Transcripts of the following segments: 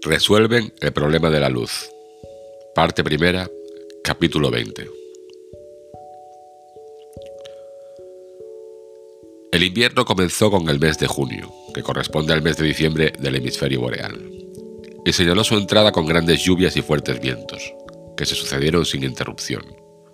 Resuelven el problema de la luz. Parte primera, capítulo 20. El invierno comenzó con el mes de junio, que corresponde al mes de diciembre del hemisferio boreal, y señaló su entrada con grandes lluvias y fuertes vientos, que se sucedieron sin interrupción.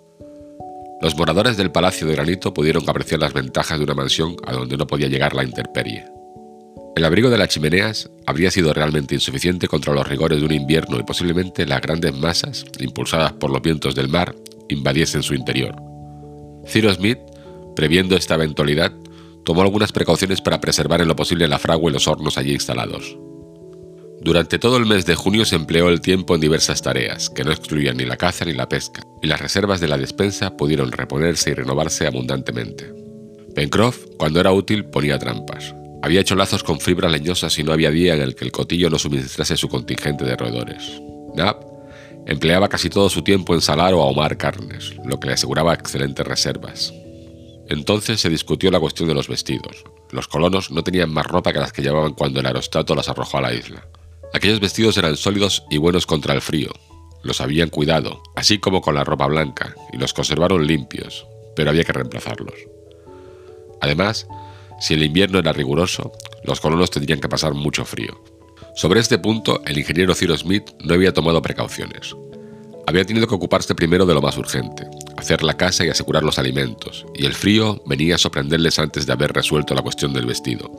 Los moradores del Palacio de Granito pudieron apreciar las ventajas de una mansión a donde no podía llegar la intemperie. El abrigo de las chimeneas habría sido realmente insuficiente contra los rigores de un invierno y posiblemente las grandes masas, impulsadas por los vientos del mar, invadiesen su interior. Cyrus Smith, previendo esta eventualidad, tomó algunas precauciones para preservar en lo posible la fragua y los hornos allí instalados. Durante todo el mes de junio se empleó el tiempo en diversas tareas, que no excluían ni la caza ni la pesca, y las reservas de la despensa pudieron reponerse y renovarse abundantemente. Pencroff, cuando era útil, ponía trampas. Había hecho lazos con fibras leñosas y no había día en el que el cotillo no suministrase su contingente de roedores. Nab empleaba casi todo su tiempo en salar o ahumar carnes, lo que le aseguraba excelentes reservas. Entonces se discutió la cuestión de los vestidos. Los colonos no tenían más ropa que las que llevaban cuando el aerostato las arrojó a la isla. Aquellos vestidos eran sólidos y buenos contra el frío. Los habían cuidado, así como con la ropa blanca, y los conservaron limpios, pero había que reemplazarlos. Además, si el invierno era riguroso, los colonos tendrían que pasar mucho frío. Sobre este punto, el ingeniero Cyrus Smith no había tomado precauciones. Había tenido que ocuparse primero de lo más urgente, hacer la casa y asegurar los alimentos, y el frío venía a sorprenderles antes de haber resuelto la cuestión del vestido.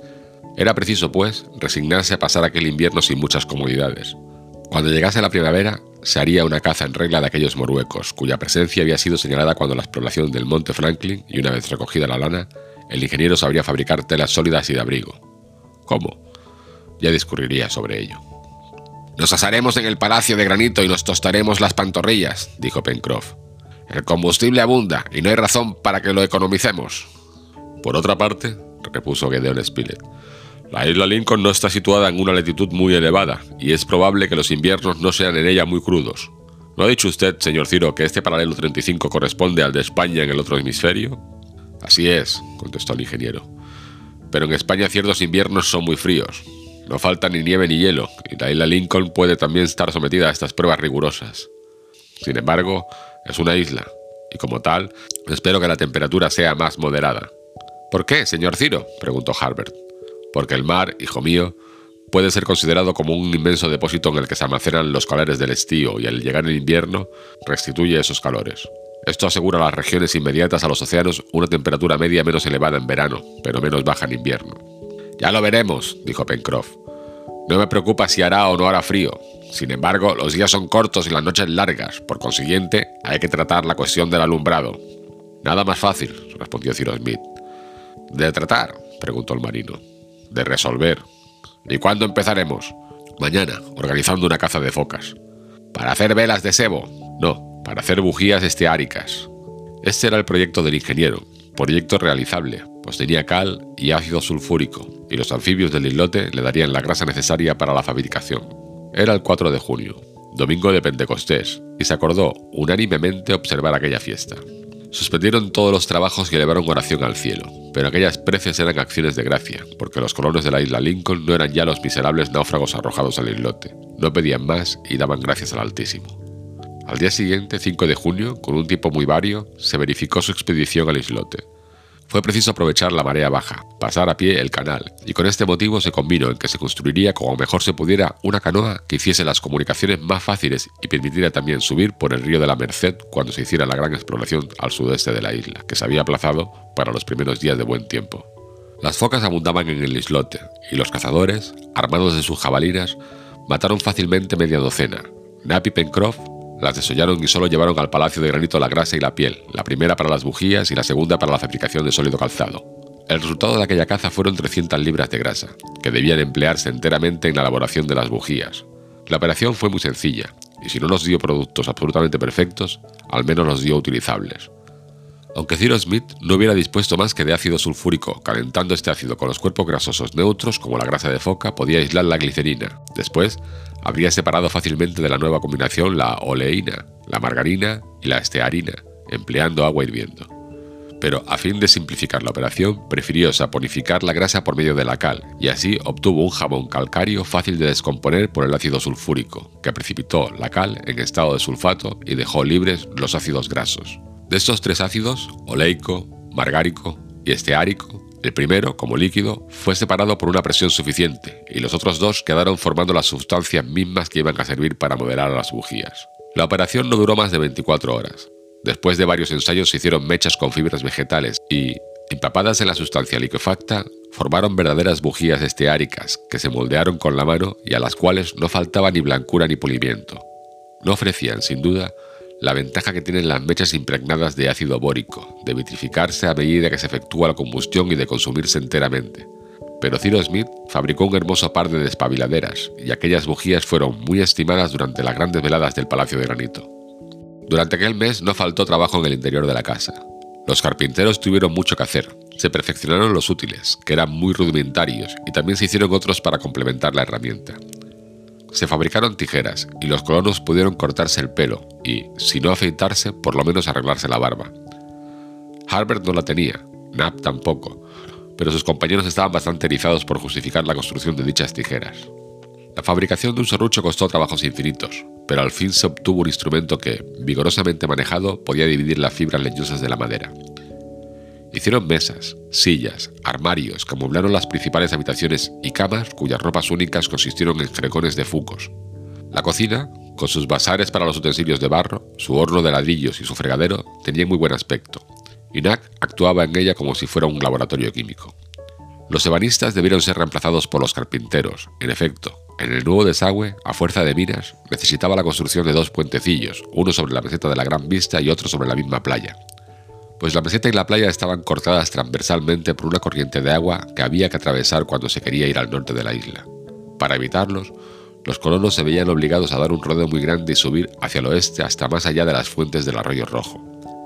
Era preciso, pues, resignarse a pasar aquel invierno sin muchas comodidades. Cuando llegase la primavera, se haría una caza en regla de aquellos moruecos, cuya presencia había sido señalada cuando la exploración del monte Franklin, y una vez recogida la lana, el ingeniero sabría fabricar telas sólidas y de abrigo. ¿Cómo? Ya discurriría sobre ello. «Nos asaremos en el Palacio de Granito y nos tostaremos las pantorrillas», dijo Pencroff. «El combustible abunda y no hay razón para que lo economicemos». «Por otra parte», repuso Gédéon Spilett, «la isla Lincoln no está situada en una latitud muy elevada y es probable que los inviernos no sean en ella muy crudos. ¿No ha dicho usted, señor Ciro, que este paralelo 35 corresponde al de España en el otro hemisferio?» «Así es», contestó el ingeniero. «Pero en España ciertos inviernos son muy fríos. No falta ni nieve ni hielo, y la isla Lincoln puede también estar sometida a estas pruebas rigurosas. Sin embargo, es una isla, y como tal, espero que la temperatura sea más moderada». «¿Por qué, señor Ciro?», preguntó Harbert. «Porque el mar, hijo mío, puede ser considerado como un inmenso depósito en el que se almacenan los calores del estío y al llegar el invierno restituye esos calores. Esto asegura a las regiones inmediatas a los océanos una temperatura media menos elevada en verano, pero menos baja en invierno». «Ya lo veremos», dijo Pencroff. «No me preocupa si hará o no hará frío. Sin embargo, los días son cortos y las noches largas. Por consiguiente, hay que tratar la cuestión del alumbrado». «Nada más fácil», respondió Cyrus Smith. «¿De tratar?», preguntó el marino. «De resolver». «¿Y cuándo empezaremos?» «Mañana, organizando una caza de focas». «¿Para hacer velas de sebo?» «No, para hacer bujías esteáricas». Este era el proyecto del ingeniero, proyecto realizable, pues tenía cal y ácido sulfúrico, y los anfibios del islote le darían la grasa necesaria para la fabricación. Era el 4 de junio, domingo de Pentecostés, y se acordó unánimemente observar aquella fiesta. Suspendieron todos los trabajos y elevaron oración al cielo, pero aquellas preces eran acciones de gracia, porque los colonos de la isla Lincoln no eran ya los miserables náufragos arrojados al islote, no pedían más y daban gracias al Altísimo. Al día siguiente, 5 de junio, con un tiempo muy vario, se verificó su expedición al islote. Fue preciso aprovechar la marea baja, pasar a pie el canal, y con este motivo se convino en que se construiría como mejor se pudiera una canoa que hiciese las comunicaciones más fáciles y permitiera también subir por el río de la Merced cuando se hiciera la gran exploración al sudeste de la isla, que se había aplazado para los primeros días de buen tiempo. Las focas abundaban en el islote, y los cazadores, armados de sus jabalinas, mataron fácilmente media docena. Nab y Pencroff las desollaron y solo llevaron al Palacio de Granito la grasa y la piel, la primera para las bujías y la segunda para la fabricación de sólido calzado. El resultado de aquella caza fueron 300 libras de grasa, que debían emplearse enteramente en la elaboración de las bujías. La operación fue muy sencilla, y si no nos dio productos absolutamente perfectos, al menos nos dio utilizables. Aunque Cyrus Smith no hubiera dispuesto más que de ácido sulfúrico, calentando este ácido con los cuerpos grasosos neutros, como la grasa de foca, podía aislar la glicerina. Después, habría separado fácilmente de la nueva combinación la oleína, la margarina y la estearina, empleando agua hirviendo. pero a fin de simplificar la operación, prefirió saponificar la grasa por medio de la cal, y así obtuvo un jabón calcáreo fácil de descomponer por el ácido sulfúrico, que precipitó la cal en estado de sulfato y dejó libres los ácidos grasos. De estos 3 ácidos, oleico, margárico y esteárico, el primero, como líquido, fue separado por una presión suficiente, y los otros 2 quedaron formando las sustancias mismas que iban a servir para modelar a las bujías. La operación no duró más de 24 horas. Después de varios ensayos se hicieron mechas con fibras vegetales y, empapadas en la sustancia liquefacta, formaron verdaderas bujías esteáricas que se moldearon con la mano y a las cuales no faltaba ni blancura ni pulimiento. No ofrecían, sin duda, la ventaja que tienen las mechas impregnadas de ácido bórico, de vitrificarse a medida que se efectúa la combustión y de consumirse enteramente. Pero Cyrus Smith fabricó un hermoso par de despabiladeras y aquellas bujías fueron muy estimadas durante las grandes veladas del Palacio de Granito. Durante aquel mes no faltó trabajo en el interior de la casa. Los carpinteros tuvieron mucho que hacer. Se perfeccionaron los útiles, que eran muy rudimentarios, y también se hicieron otros para complementar la herramienta. Se fabricaron tijeras, y los colonos pudieron cortarse el pelo y, si no afeitarse, por lo menos arreglarse la barba. Harbert no la tenía, Knapp tampoco, pero sus compañeros estaban bastante erizados por justificar la construcción de dichas tijeras. La fabricación de un serrucho costó trabajos infinitos, pero al fin se obtuvo un instrumento que, vigorosamente manejado, podía dividir las fibras leñosas de la madera. Hicieron mesas, sillas, armarios que amoblaron las principales habitaciones y camas cuyas ropas únicas consistieron en jerecones de fucos. La cocina, con sus vasares para los utensilios de barro, su horno de ladrillos y su fregadero, tenía muy buen aspecto, y Knapp actuaba en ella como si fuera un laboratorio químico. Los ebanistas debieron ser reemplazados por los carpinteros. En efecto, en el nuevo desagüe, a fuerza de minas, necesitaba la construcción de 2 puentecillos, uno sobre la meseta de la Gran Vista y otro sobre la misma playa. Pues la meseta y la playa estaban cortadas transversalmente por una corriente de agua que había que atravesar cuando se quería ir al norte de la isla. Para evitarlos, los colonos se veían obligados a dar un rodeo muy grande y subir hacia el oeste hasta más allá de las fuentes del Arroyo Rojo.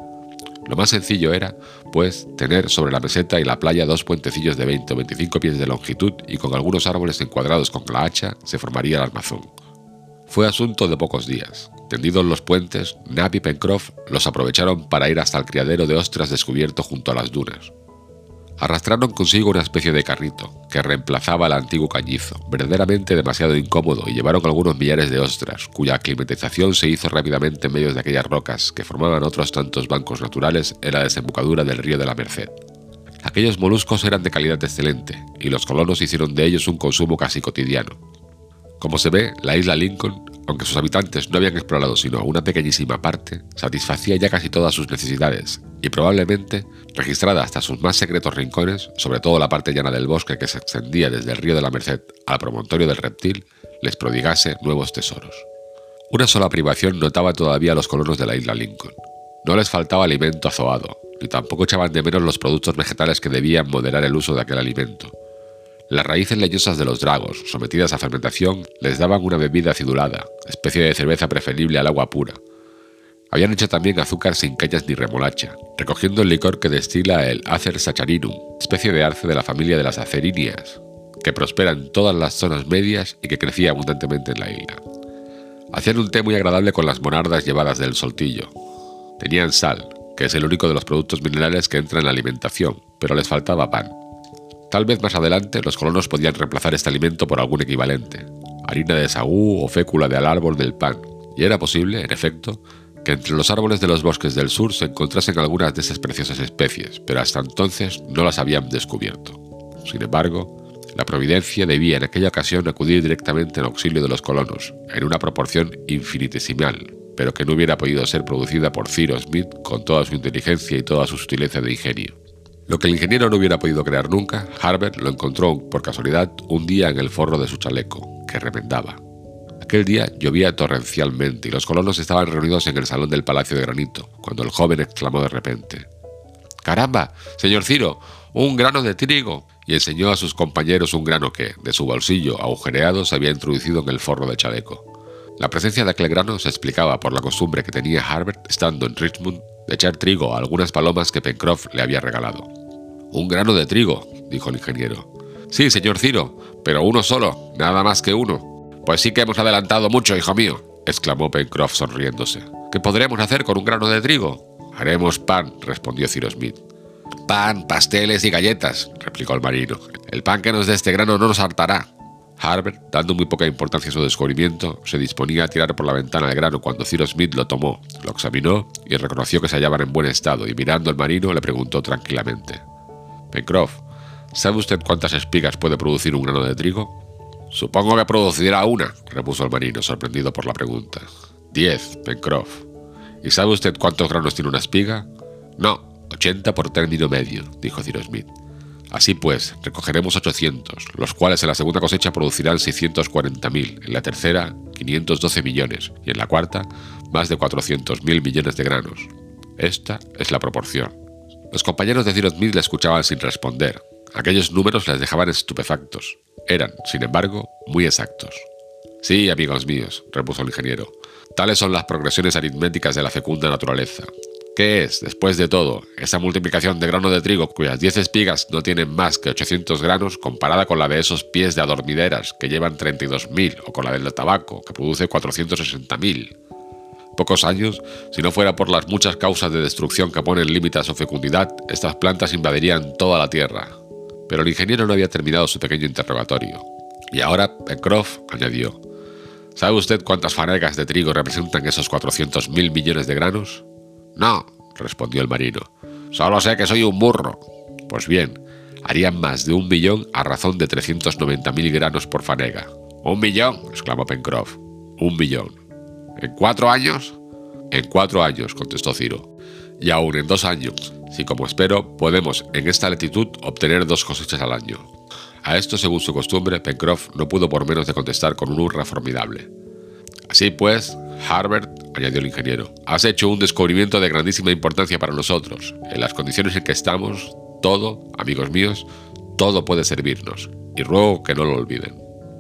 Lo más sencillo era, pues, tener sobre la meseta y la playa 2 puentecillos de 20 o 25 pies de longitud y con algunos árboles encuadrados con la hacha se formaría el armazón. Fue asunto de pocos días. Tendidos los puentes, Knapp y Pencroff los aprovecharon para ir hasta el criadero de ostras descubierto junto a las dunas. Arrastraron consigo una especie de carrito, que reemplazaba al antiguo cañizo, verdaderamente demasiado incómodo, y llevaron algunos millares de ostras, cuya aclimatización se hizo rápidamente en medio de aquellas rocas que formaban otros tantos bancos naturales en la desembocadura del río de la Merced. Aquellos moluscos eran de calidad excelente, y los colonos hicieron de ellos un consumo casi cotidiano. Como se ve, la isla Lincoln, aunque sus habitantes no habían explorado sino una pequeñísima parte, satisfacía ya casi todas sus necesidades, y probablemente, registrada hasta sus más secretos rincones, sobre todo la parte llana del bosque que se extendía desde el río de la Merced al promontorio del Reptil, les prodigase nuevos tesoros. Una sola privación notaba todavía a los colonos de la isla Lincoln. No les faltaba alimento azoado, ni tampoco echaban de menos los productos vegetales que debían moderar el uso de aquel alimento. Las raíces leñosas de los dragos, sometidas a fermentación, les daban una bebida acidulada, especie de cerveza preferible al agua pura. Habían hecho también azúcar sin cañas ni remolacha, recogiendo el licor que destila el Acer sacharinum, especie de arce de la familia de las acerinias, que prospera en todas las zonas medias y que crecía abundantemente en la isla. Hacían un té muy agradable con las monardas llevadas del soltillo. Tenían sal, que es el único de los productos minerales que entra en la alimentación, pero les faltaba pan. Tal vez más adelante los colonos podían reemplazar este alimento por algún equivalente, harina de sagú o fécula del árbol del pan, y era posible, en efecto, que entre los árboles de los bosques del sur se encontrasen algunas de esas preciosas especies, pero hasta entonces no las habían descubierto. Sin embargo, la providencia debía en aquella ocasión acudir directamente en auxilio de los colonos, en una proporción infinitesimal, pero que no hubiera podido ser producida por Cyrus Smith con toda su inteligencia y toda su sutileza de ingenio. Lo que el ingeniero no hubiera podido crear nunca, Harbert lo encontró por casualidad un día en el forro de su chaleco, que remendaba. Aquel día llovía torrencialmente y los colonos estaban reunidos en el salón del Palacio de Granito, cuando el joven exclamó de repente: «¡Caramba, señor Ciro, un grano de trigo!» y enseñó a sus compañeros un grano que, de su bolsillo agujereado, se había introducido en el forro del chaleco. La presencia de aquel grano se explicaba por la costumbre que tenía Harbert, estando en Richmond, de echar trigo a algunas palomas que Pencroff le había regalado. «Un grano de trigo», dijo el ingeniero. «Sí, señor Ciro, pero uno solo, nada más que uno». «Pues sí que hemos adelantado mucho, hijo mío», exclamó Pencroff sonriéndose. «¿Qué podremos hacer con un grano de trigo?» «Haremos pan», respondió Cyrus Smith. pan, pasteles y galletas, replicó el marino. El pan que nos dé este grano no nos hartará. Harbert, dando muy poca importancia a su descubrimiento, se disponía a tirar por la ventana el grano cuando Cyrus Smith lo tomó, lo examinó y reconoció que se hallaban en buen estado, y mirando al marino le preguntó tranquilamente: «Pencroff, ¿sabe usted cuántas espigas puede producir un grano de trigo?» «Supongo que producirá una», repuso el marino, sorprendido por la pregunta. «10, Pencroff». «¿Y sabe usted cuántos granos tiene una espiga?» «No, 80 por término medio», dijo Cyrus Smith. «Así pues, recogeremos 800, los cuales en la segunda cosecha producirán 640.000, en la tercera 512 millones y en la cuarta más de 400.000 millones de granos. Esta es la proporción». Los compañeros de Cyrus Smith le escuchaban sin responder. Aquellos números les dejaban estupefactos. Eran, sin embargo, muy exactos. «Sí, amigos míos», repuso el ingeniero, «tales son las progresiones aritméticas de la fecunda naturaleza. ¿Qué es, después de todo, esa multiplicación de grano de trigo cuyas 10 espigas no tienen más que 800 granos comparada con la de esos pies de adormideras que llevan 32.000 o con la del tabaco que produce 460.000? Pocos años, si no fuera por las muchas causas de destrucción que ponen límite a su fecundidad, estas plantas invadirían toda la tierra». Pero el ingeniero no había terminado su pequeño interrogatorio. «Y ahora, Pencroff», añadió, «¿sabe usted cuántas fanegas de trigo representan esos 400.000 millones de granos?» «No», respondió el marino, «solo sé que soy un burro». «Pues bien, harían más de 1 millón a razón de 390.000 granos por fanega». «¿1 millón?» exclamó Pencroff. «1 millón». «¿En 4 años?» «En 4 años», contestó Ciro. «Y aún en 2 años, si como espero, podemos en esta latitud obtener 2 cosechas al año». A esto, según su costumbre, Pencroff no pudo por menos de contestar con un hurra formidable. «Así pues, Harbert», añadió el ingeniero, «has hecho un descubrimiento de grandísima importancia para nosotros. En las condiciones en que estamos, todo, amigos míos, todo puede servirnos, y ruego que no lo olviden».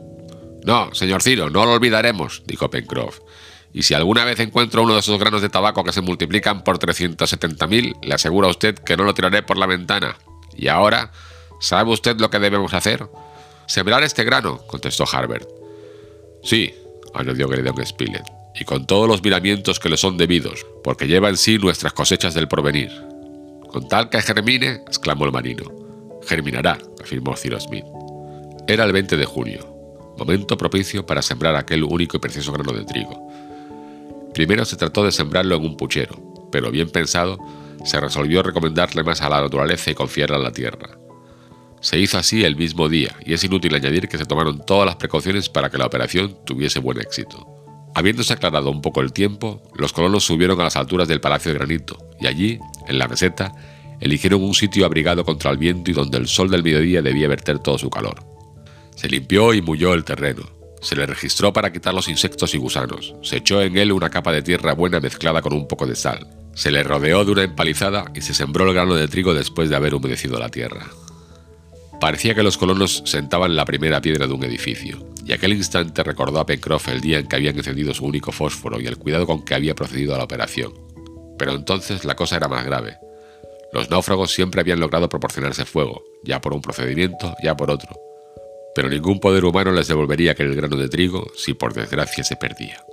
«No, señor Ciro, no lo olvidaremos», dijo Pencroff. «Y si alguna vez encuentro uno de esos granos de tabaco que se multiplican por 370.000, le aseguro a usted que no lo tiraré por la ventana. Y ahora, ¿sabe usted lo que debemos hacer?» «Sembrar este grano», contestó Harbert. «Sí», añadió Gédéon Spilett, «y con todos los miramientos que le son debidos, porque lleva en sí nuestras cosechas del porvenir». «Con tal que germine», exclamó el marino. «Germinará», afirmó Cyrus Smith. Era el 20 de junio, momento propicio para sembrar aquel único y precioso grano de trigo. Primero se trató de sembrarlo en un puchero, pero bien pensado, se resolvió recomendarle más a la naturaleza y confiarle a la tierra. Se hizo así el mismo día, y es inútil añadir que se tomaron todas las precauciones para que la operación tuviese buen éxito. Habiéndose aclarado un poco el tiempo, los colonos subieron a las alturas del Palacio de Granito, y allí, en la meseta, eligieron un sitio abrigado contra el viento y donde el sol del mediodía debía verter todo su calor. Se limpió y mulló el terreno. Se le registró para quitar los insectos y gusanos. Se echó en él una capa de tierra buena mezclada con un poco de sal. Se le rodeó de una empalizada y se sembró el grano de trigo después de haber humedecido la tierra. Parecía que los colonos sentaban la primera piedra de un edificio, y aquel instante recordó a Pencroff el día en que habían encendido su único fósforo y el cuidado con que había procedido a la operación. Pero entonces la cosa era más grave. Los náufragos siempre habían logrado proporcionarse fuego, ya por un procedimiento, ya por otro. Pero ningún poder humano les devolvería aquel grano de trigo si por desgracia se perdía.